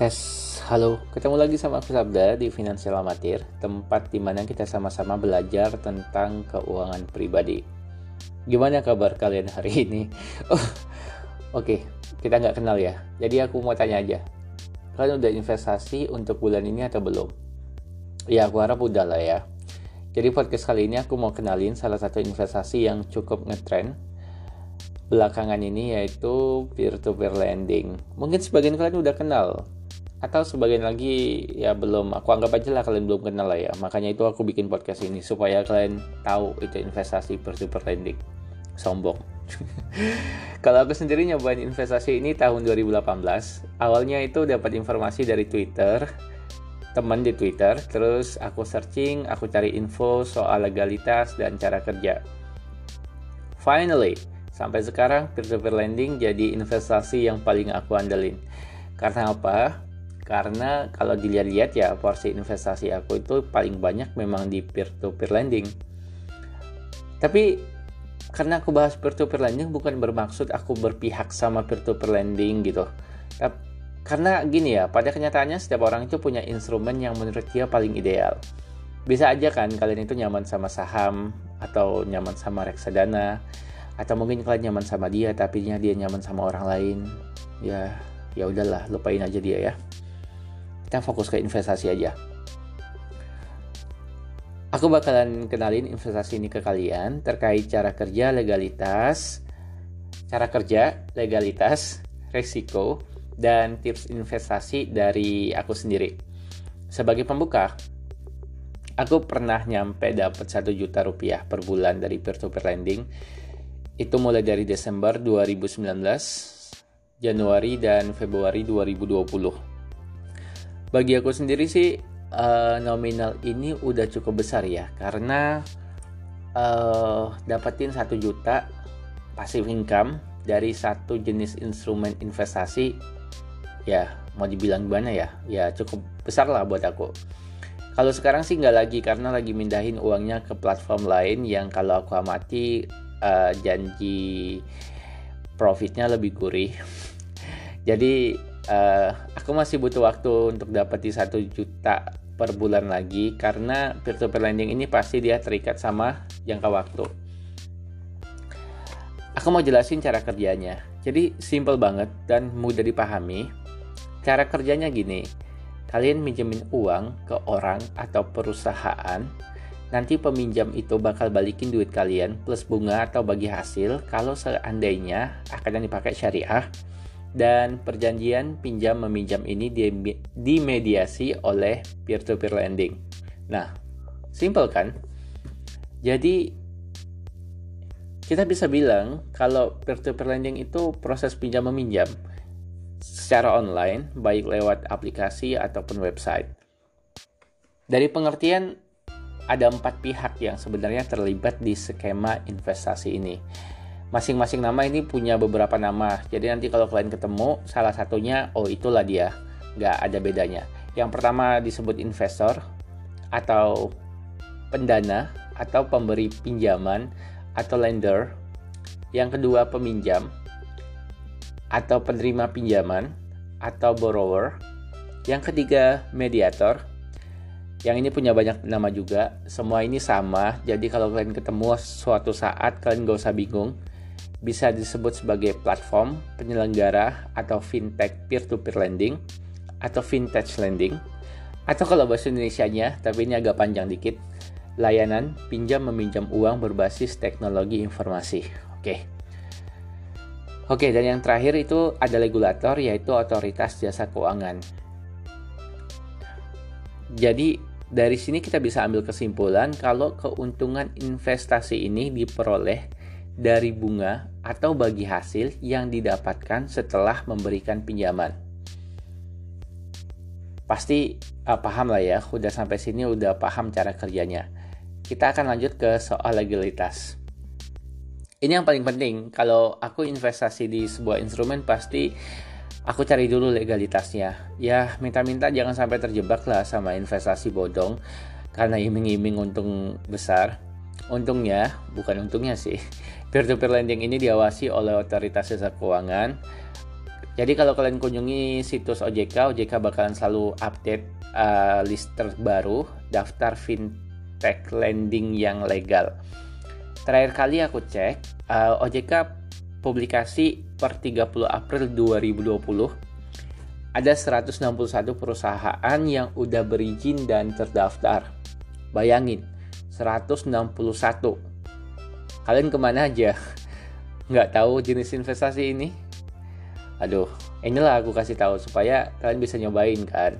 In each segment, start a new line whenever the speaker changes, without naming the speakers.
Tes, halo, ketemu lagi sama aku Sabda di Finansial Amatir, tempat di mana kita sama-sama belajar tentang keuangan pribadi. Gimana kabar kalian hari ini? Oh, oke, kita nggak kenal ya, jadi aku mau tanya aja. Kalian udah investasi untuk bulan ini atau belum? Ya, aku harap udah lah ya. Jadi podcast kali ini aku mau kenalin salah satu investasi yang cukup ngetrend belakangan ini, yaitu peer-to-peer lending. Mungkin sebagian kalian udah kenal, atau sebagian lagi ya belum. Aku anggap aja lah kalian belum kenal lah ya. Makanya itu aku bikin podcast ini supaya kalian tahu itu investasi peer-to-peer lending. Sombong. Kalau aku sendiri nyobain investasi ini tahun 2018. Awalnya itu dapat informasi dari Twitter, teman di Twitter. Terus aku searching, aku cari info soal legalitas dan cara kerja. Finally, sampai sekarang peer-to-peer lending jadi investasi yang paling aku andelin. Karena apa? Karena kalau dilihat-lihat ya, porsi investasi aku itu paling banyak memang di peer-to-peer lending. Tapi karena aku bahas peer-to-peer lending bukan bermaksud aku berpihak sama peer-to-peer lending gitu. Karena gini ya, pada kenyataannya setiap orang itu punya instrumen yang menurut dia paling ideal. Bisa aja kan kalian itu nyaman sama saham, atau nyaman sama reksadana, atau mungkin kalian nyaman sama dia tapi dia nyaman sama orang lain. Ya udahlah, lupain aja dia ya. Kita fokus ke investasi aja. Aku bakalan kenalin investasi ini ke kalian terkait cara kerja, legalitas, resiko, dan tips investasi dari aku sendiri. Sebagai pembuka, aku pernah nyampe dapat 1 juta rupiah per bulan dari peer-to-peer lending. Itu mulai dari Desember 2019, Januari dan Februari 2020. Bagi aku sendiri sih nominal ini udah cukup besar ya, karena dapetin 1 juta passive income dari satu jenis instrumen investasi, ya mau dibilang gimana ya cukup besar lah buat aku. Kalau sekarang sih nggak lagi, karena lagi mindahin uangnya ke platform lain yang kalau aku amati janji profitnya lebih gurih. Jadi aku masih butuh waktu untuk dapetin 1 juta per bulan lagi, karena peer-to-peer lending ini pasti dia terikat sama jangka waktu. Aku mau jelasin cara kerjanya. Jadi simple banget dan mudah dipahami. Cara kerjanya gini, kalian minjemin uang ke orang atau perusahaan, nanti peminjam itu bakal balikin duit kalian plus bunga atau bagi hasil kalau seandainya akan dipakai syariah. Dan perjanjian pinjam-meminjam ini dimediasi oleh peer-to-peer lending. Nah, simple kan? Jadi, kita bisa bilang kalau peer-to-peer lending itu proses pinjam-meminjam secara online, baik lewat aplikasi ataupun website. Dari pengertian, ada 4 pihak yang sebenarnya terlibat di skema investasi ini. Masing-masing nama ini punya beberapa nama. Jadi nanti kalau kalian ketemu salah satunya, oh itulah dia. Nggak ada bedanya. Yang pertama disebut investor atau pendana atau pemberi pinjaman atau lender. Yang kedua peminjam atau penerima pinjaman atau borrower. Yang ketiga mediator. Yang ini punya banyak nama juga. Semua ini sama. Jadi kalau kalian ketemu suatu saat, kalian gak usah bingung. Bisa disebut sebagai platform, penyelenggara, atau fintech peer-to-peer lending, atau vintage lending, atau kalau bahasa Indonesianya, tapi ini agak panjang dikit, layanan pinjam-meminjam uang berbasis teknologi informasi. Oke, dan yang terakhir itu ada regulator, yaitu otoritas jasa keuangan. Jadi dari sini kita bisa ambil kesimpulan kalau keuntungan investasi ini diperoleh dari bunga atau bagi hasil yang didapatkan setelah memberikan pinjaman. Pasti paham lah ya, udah sampai sini udah paham cara kerjanya. Kita akan lanjut ke soal legalitas. Ini yang paling penting. Kalau aku investasi di sebuah instrumen, pasti aku cari dulu legalitasnya. Ya minta-minta jangan sampai terjebak lah sama investasi bodong karena iming-iming untung besar. Untungnya sih, peer-to-peer lending ini diawasi oleh otoritas jasa keuangan Jadi kalau kalian kunjungi situs OJK bakalan selalu update list terbaru daftar fintech lending yang legal. Terakhir kali aku cek, OJK publikasi per 30 April 2020 ada 161 perusahaan yang udah berizin dan terdaftar. Bayangin, 161. Kalian kemana aja? Nggak tahu jenis investasi ini? Aduh, inilah aku kasih tahu supaya kalian bisa nyobain kan.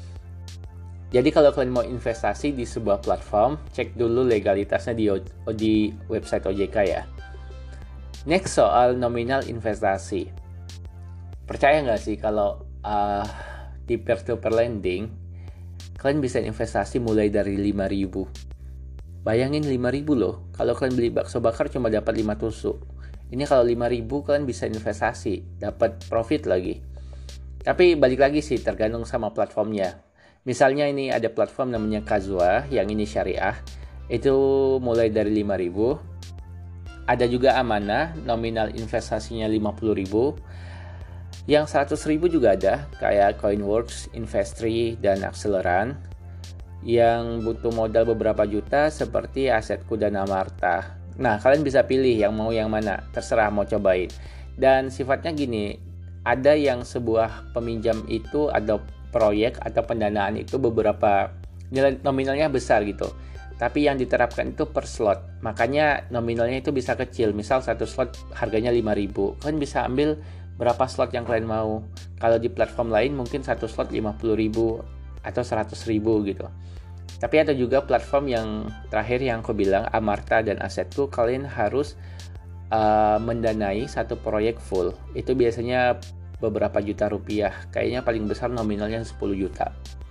Jadi kalau kalian mau investasi di sebuah platform, cek dulu legalitasnya di website OJK ya. Next, soal nominal investasi. Percaya nggak sih kalau di peer-to-peer lending, kalian bisa investasi mulai dari 5.000. Bayangin 5.000 loh, kalau kalian beli bakso bakar cuma dapat 5 tusuk. Ini kalau 5.000 kalian bisa investasi, dapat profit lagi. Tapi balik lagi sih, tergantung sama platformnya. Misalnya ini ada platform namanya Kazwa, yang ini syariah, itu mulai dari 5.000. Ada juga Amanah, nominal investasinya 50.000. Yang 100.000 juga ada, kayak Coinworks, Investri, dan Acceleran. Yang butuh modal beberapa juta seperti Asetku dan Amarta. Nah, kalian bisa pilih yang mau yang mana, terserah mau cobain. Dan sifatnya gini, ada yang sebuah peminjam itu ada proyek atau pendanaan itu beberapa nilai nominalnya besar gitu. Tapi yang diterapkan itu per slot. Makanya nominalnya itu bisa kecil. Misal satu slot harganya 5.000. Kalian bisa ambil berapa slot yang kalian mau. Kalau di platform lain mungkin satu slot 50.000 atau 100.000 gitu. Tapi ada juga platform yang terakhir yang aku bilang, Amarta dan Asetku, kalian harus mendanai satu proyek full. Itu biasanya beberapa juta rupiah. Kayaknya paling besar nominalnya 10 juta.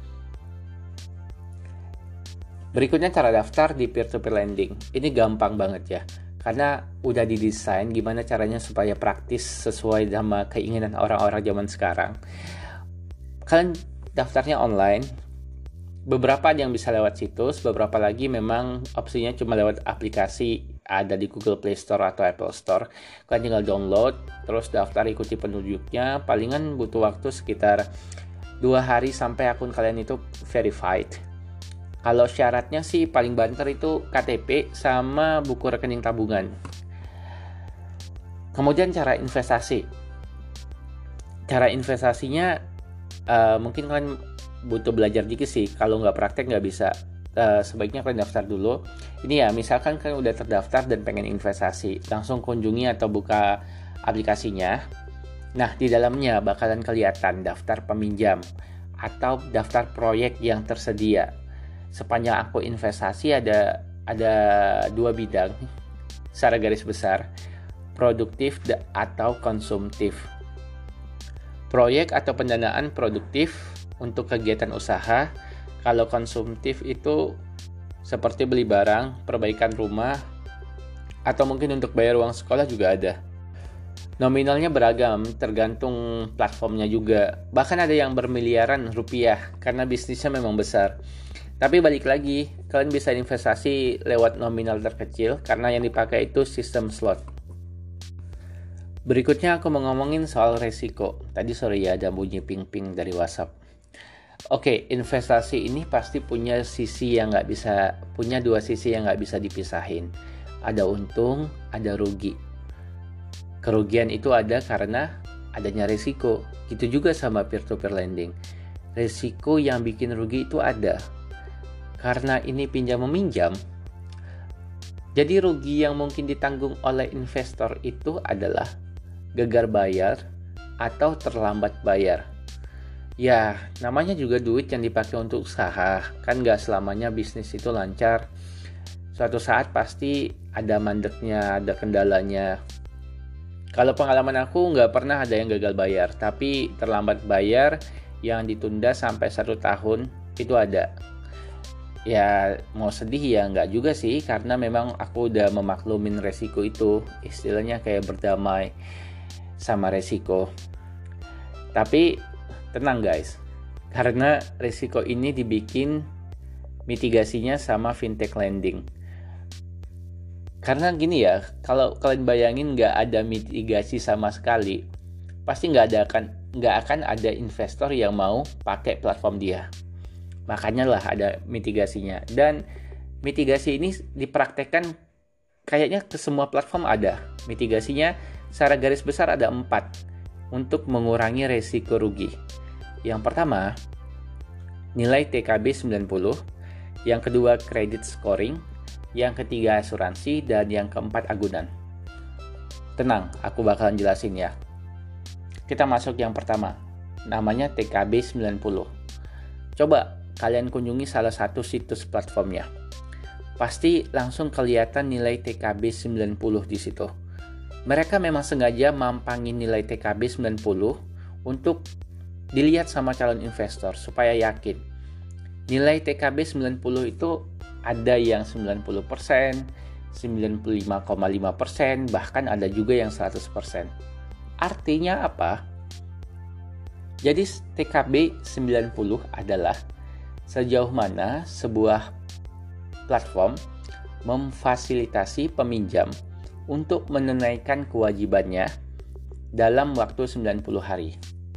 Berikutnya cara daftar di peer-to-peer lending. Ini gampang banget ya. Karena udah didesain gimana caranya supaya praktis sesuai sama keinginan orang-orang zaman sekarang. Kalian daftarnya online. Beberapa ada yang bisa lewat situs, beberapa lagi memang opsinya cuma lewat aplikasi, ada di Google Play Store atau Apple Store. Kalian tinggal download, terus daftar, ikuti penunjuknya. Palingan butuh waktu sekitar 2 hari sampai akun kalian itu verified. Kalau syaratnya sih paling banter itu KTP sama buku rekening tabungan. Kemudian cara investasi. Cara investasinya mungkin kalian butuh belajar dikit sih. Kalau nggak praktek nggak bisa. Sebaiknya kalian daftar dulu. Ini ya, misalkan kalian udah terdaftar dan pengen investasi, langsung kunjungi atau buka aplikasinya. Nah, di dalamnya bakalan kelihatan daftar peminjam atau daftar proyek yang tersedia. Sepanjang aku investasi ada 2 bidang secara garis besar, produktif atau konsumtif. Proyek atau pendanaan produktif untuk kegiatan usaha. Kalau konsumtif itu seperti beli barang, perbaikan rumah, atau mungkin untuk bayar uang sekolah juga ada. Nominalnya beragam, tergantung platformnya juga. Bahkan ada yang bermiliaran rupiah karena bisnisnya memang besar. Tapi balik lagi, kalian bisa investasi lewat nominal terkecil karena yang dipakai itu sistem slot. Berikutnya aku mau ngomongin soal resiko. Tadi sore ya ada bunyi ping-ping dari WhatsApp. Oke, investasi ini pasti punya dua sisi yang nggak bisa dipisahin. Ada untung, ada rugi. Kerugian itu ada karena adanya resiko. Gitu juga sama peer-to-peer lending. Resiko yang bikin rugi itu ada. Karena ini pinjam-meminjam, jadi rugi yang mungkin ditanggung oleh investor itu adalah gagal bayar atau terlambat bayar. Ya, namanya juga duit yang dipakai untuk usaha, kan gak selamanya bisnis itu lancar. Suatu saat pasti ada mandeknya, ada kendalanya. Kalau pengalaman aku gak pernah ada yang gagal bayar, tapi terlambat bayar yang ditunda sampai 1 tahun itu ada. Ya mau sedih ya nggak juga sih, karena memang aku udah memaklumin resiko itu, istilahnya kayak berdamai sama resiko. Tapi tenang guys, karena resiko ini dibikin mitigasinya sama fintech lending. Karena gini ya, kalau kalian bayangin nggak ada mitigasi sama sekali, pasti nggak akan ada investor yang mau pakai platform dia. Makanya lah ada mitigasinya. Dan mitigasi ini dipraktekkan kayaknya ke semua platform ada. Mitigasinya secara garis besar ada 4 untuk mengurangi resiko rugi. Yang pertama, nilai TKB 90. Yang kedua, credit scoring. Yang ketiga, asuransi. Dan yang keempat, agunan. Tenang, aku bakalan jelasin ya. Kita masuk yang pertama, namanya TKB 90. Coba kalian kunjungi salah satu situs platformnya. Pasti langsung kelihatan nilai TKB 90 di situ. Mereka memang sengaja mampangin nilai TKB 90 untuk dilihat sama calon investor supaya yakin. Nilai TKB 90 itu ada yang 90%, 95,5%, bahkan ada juga yang 100%. Artinya apa? Jadi TKB 90 adalah sejauh mana sebuah platform memfasilitasi peminjam untuk menunaikan kewajibannya dalam waktu 90 hari.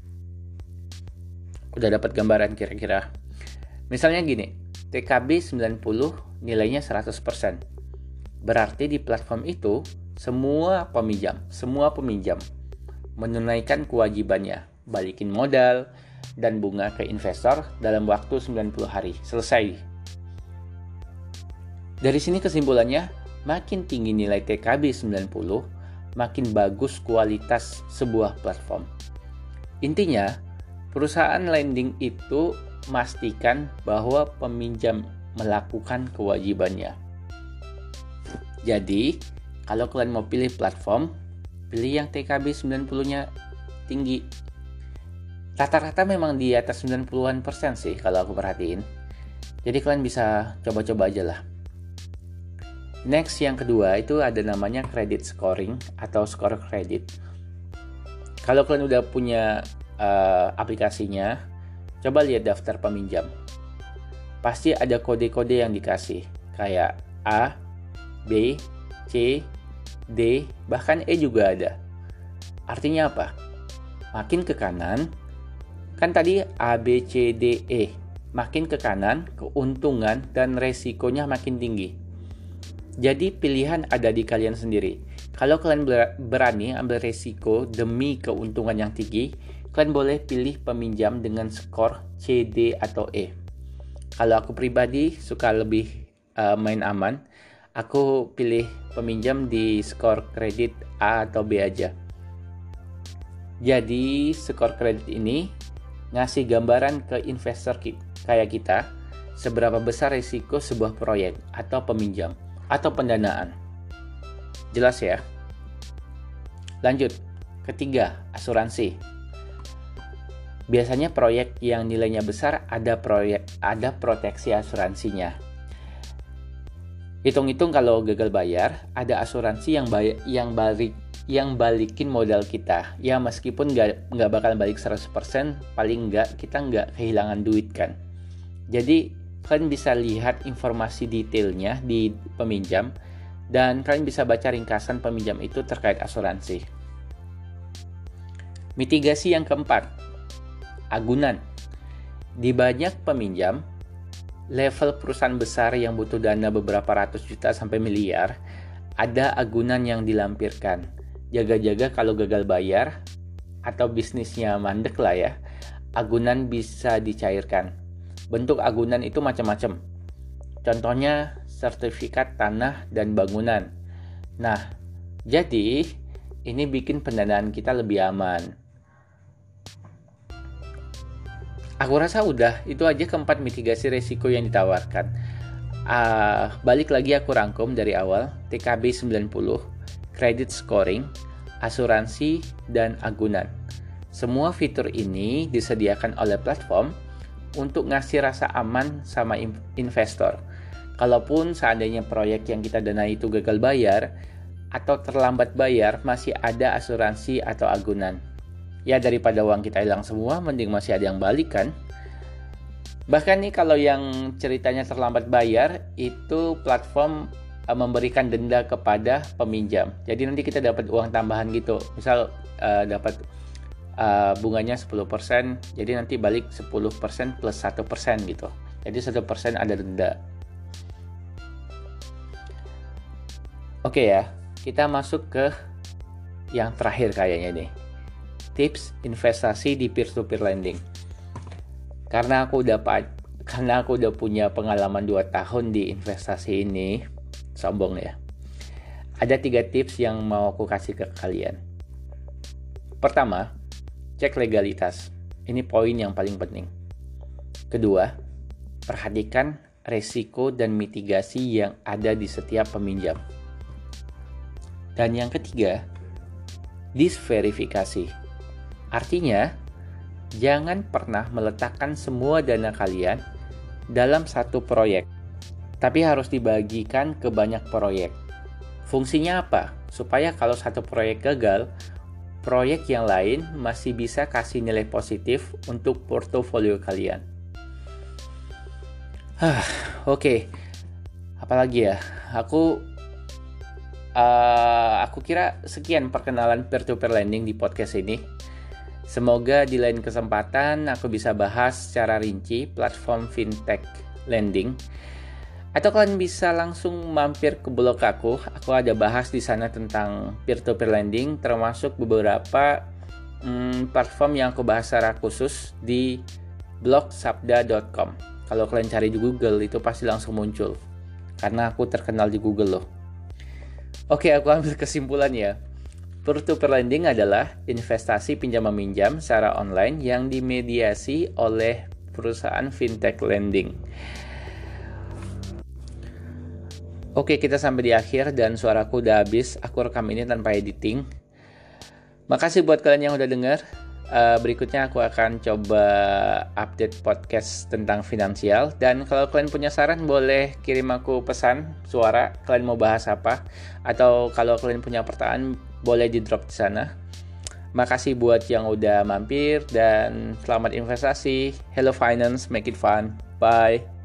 Udah dapat gambaran kira-kira? Misalnya gini, TKB 90 nilainya 100%. Berarti di platform itu semua peminjam menunaikan kewajibannya, balikin modal dan bunga ke investor dalam waktu 90 hari. Selesai. Dari sini kesimpulannya, makin tinggi nilai TKB 90, makin bagus kualitas sebuah platform. Intinya, perusahaan lending itu memastikan bahwa peminjam melakukan kewajibannya. Jadi, kalau kalian mau pilih platform, pilih yang TKB 90-nya tinggi. Rata-rata memang di atas 90-an% sih kalau aku perhatiin. Jadi kalian bisa coba-coba aja lah. Next, yang kedua itu ada namanya credit scoring atau score kredit. Kalau kalian udah punya aplikasinya, coba lihat daftar peminjam. Pasti ada kode-kode yang dikasih, kayak A, B, C, D, bahkan E juga ada. Artinya apa? Makin ke kanan, kan tadi A, B, C, D, E. Makin ke kanan, keuntungan dan resikonya makin tinggi. Jadi pilihan ada di kalian sendiri. Kalau kalian berani ambil resiko demi keuntungan yang tinggi, kalian boleh pilih peminjam dengan skor C, D, atau E. Kalau aku pribadi suka lebih main aman, aku pilih peminjam di skor kredit A atau B aja. Jadi skor kredit ini ngasih gambaran ke investor kayak kita seberapa besar risiko sebuah proyek atau peminjam atau pendanaan. Jelas ya? Lanjut. Ketiga, asuransi. Biasanya proyek yang nilainya besar ada proteksi asuransinya. Hitung-hitung kalau gagal bayar, ada asuransi yang balikin modal kita. Ya meskipun nggak bakal balik 100%, paling kita nggak kehilangan duit kan. Jadi kalian bisa lihat informasi detailnya di peminjam dan kalian bisa baca ringkasan peminjam itu terkait asuransi. Mitigasi yang keempat, agunan. Di banyak peminjam, level perusahaan besar yang butuh dana beberapa ratus juta sampai miliar, ada agunan yang dilampirkan. Jaga-jaga kalau gagal bayar atau bisnisnya mandek lah ya, agunan bisa dicairkan. Bentuk agunan itu macam-macam. Contohnya sertifikat tanah dan bangunan. Nah, jadi ini bikin pendanaan kita lebih aman. Aku rasa udah, itu aja keempat mitigasi resiko yang ditawarkan. Balik lagi aku rangkum dari awal, TKB 90, credit scoring, asuransi, dan agunan. Semua fitur ini disediakan oleh platform untuk ngasih rasa aman sama investor. Kalaupun seandainya proyek yang kita danai itu gagal bayar atau terlambat bayar, masih ada asuransi atau agunan. Ya daripada uang kita hilang semua, mending masih ada yang balik kan. Bahkan nih kalau yang ceritanya terlambat bayar, itu platform memberikan denda kepada peminjam. Jadi nanti kita dapat uang tambahan gitu. Misal dapat bunganya 10%, jadi nanti balik 10% plus 1% gitu. Jadi 1% ada denda. Oke ya, kita masuk ke yang terakhir kayaknya nih. Tips investasi di peer-to-peer lending. Karena aku udah punya pengalaman 2 tahun di investasi ini, sombong ya. Ada 3 tips yang mau aku kasih ke kalian. Pertama, cek legalitas. Ini poin yang paling penting. Kedua, perhatikan resiko dan mitigasi yang ada di setiap peminjam. Dan yang ketiga, disverifikasi. Artinya, jangan pernah meletakkan semua dana kalian dalam satu proyek, tapi harus dibagikan ke banyak proyek. Fungsinya apa? Supaya kalau satu proyek gagal, proyek yang lain masih bisa kasih nilai positif untuk portofolio kalian. Oke. Apalagi ya? Aku kira sekian perkenalan peer-to-peer lending di podcast ini. Semoga di lain kesempatan aku bisa bahas secara rinci platform fintech lending. Atau kalian bisa langsung mampir ke blog aku. Aku ada bahas di sana tentang peer-to-peer lending, termasuk beberapa platform yang aku bahas secara khusus di blog sabda.com. Kalau kalian cari di Google itu pasti langsung muncul, karena aku terkenal di Google loh. Oke, aku ambil kesimpulan ya. Peer-to-peer lending adalah investasi pinjam-meminjam secara online yang dimediasi oleh perusahaan fintech lending. Oke, kita sampai di akhir dan suaraku udah habis. Aku rekam ini tanpa editing. Makasih buat kalian yang udah dengar. Berikutnya aku akan coba update podcast tentang finansial. Dan kalau kalian punya saran, boleh kirim aku pesan suara. Kalian mau bahas apa? Atau kalau kalian punya pertanyaan, boleh di drop di sana. Makasih buat yang udah mampir dan selamat investasi. Hello Finance, make it fun. Bye.